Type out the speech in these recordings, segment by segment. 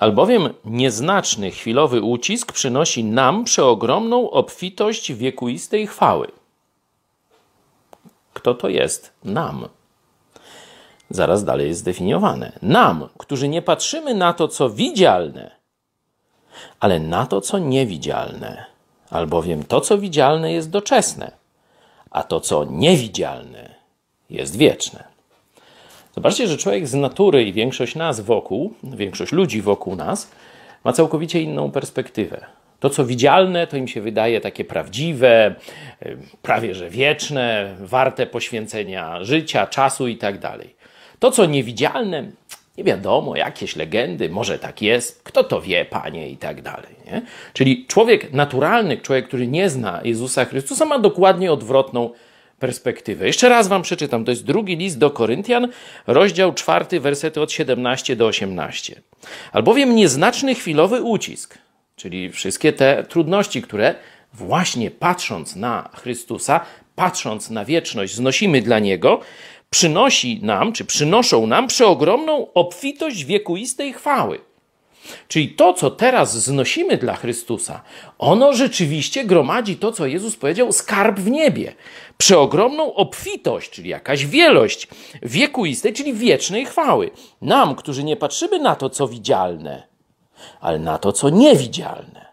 Albowiem nieznaczny, chwilowy ucisk przynosi nam przeogromną obfitość wiekuistej chwały. Kto to jest? Nam. Zaraz dalej jest zdefiniowane. Nam, którzy nie patrzymy na to, co widzialne, ale na to, co niewidzialne. Albowiem to, co widzialne, jest doczesne, a to, co niewidzialne, jest wieczne. Zobaczcie, że człowiek z natury i większość nas wokół, większość ludzi wokół nas ma całkowicie inną perspektywę. To, co widzialne, to im się wydaje takie prawdziwe, prawie że wieczne, warte poświęcenia życia, czasu i tak dalej. To, co niewidzialne, nie wiadomo, jakieś legendy, może tak jest, kto to wie, Panie, i tak dalej. Nie? Czyli człowiek naturalny, człowiek, który nie zna Jezusa Chrystusa, ma dokładnie odwrotną perspektywę. Jeszcze raz wam przeczytam, to jest 2 list do Koryntian, rozdział 4, wersety od 17 do 18. Albowiem nieznaczny chwilowy ucisk, czyli wszystkie te trudności, które właśnie patrząc na Chrystusa, patrząc na wieczność, znosimy dla Niego, przynosi nam, czy przynoszą nam przeogromną obfitość wiekuistej chwały. Czyli to, co teraz znosimy dla Chrystusa, ono rzeczywiście gromadzi to, co Jezus powiedział, skarb w niebie. Przeogromną obfitość, czyli jakaś wielość wiekuistej, czyli wiecznej chwały. Nam, którzy nie patrzymy na to, co widzialne, ale na to, co niewidzialne.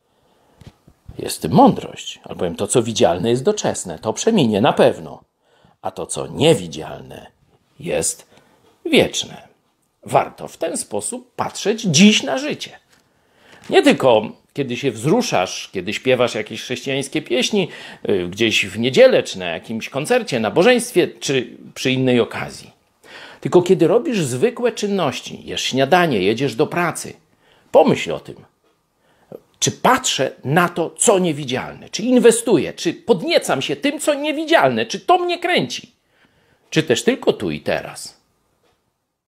Jest w tym mądrość, albowiem to, co widzialne, jest doczesne. To przeminie na pewno. A to, co niewidzialne, jest wieczne. Warto w ten sposób patrzeć dziś na życie. Nie tylko kiedy się wzruszasz, kiedy śpiewasz jakieś chrześcijańskie pieśni, gdzieś w niedzielę, czy na jakimś koncercie, nabożeństwie, czy przy innej okazji. Tylko kiedy robisz zwykłe czynności, jesz śniadanie, jedziesz do pracy, pomyśl o tym. Czy patrzę na to, co niewidzialne? Czy inwestuję? Czy podniecam się tym, co niewidzialne? Czy to mnie kręci? Czy też tylko tu i teraz?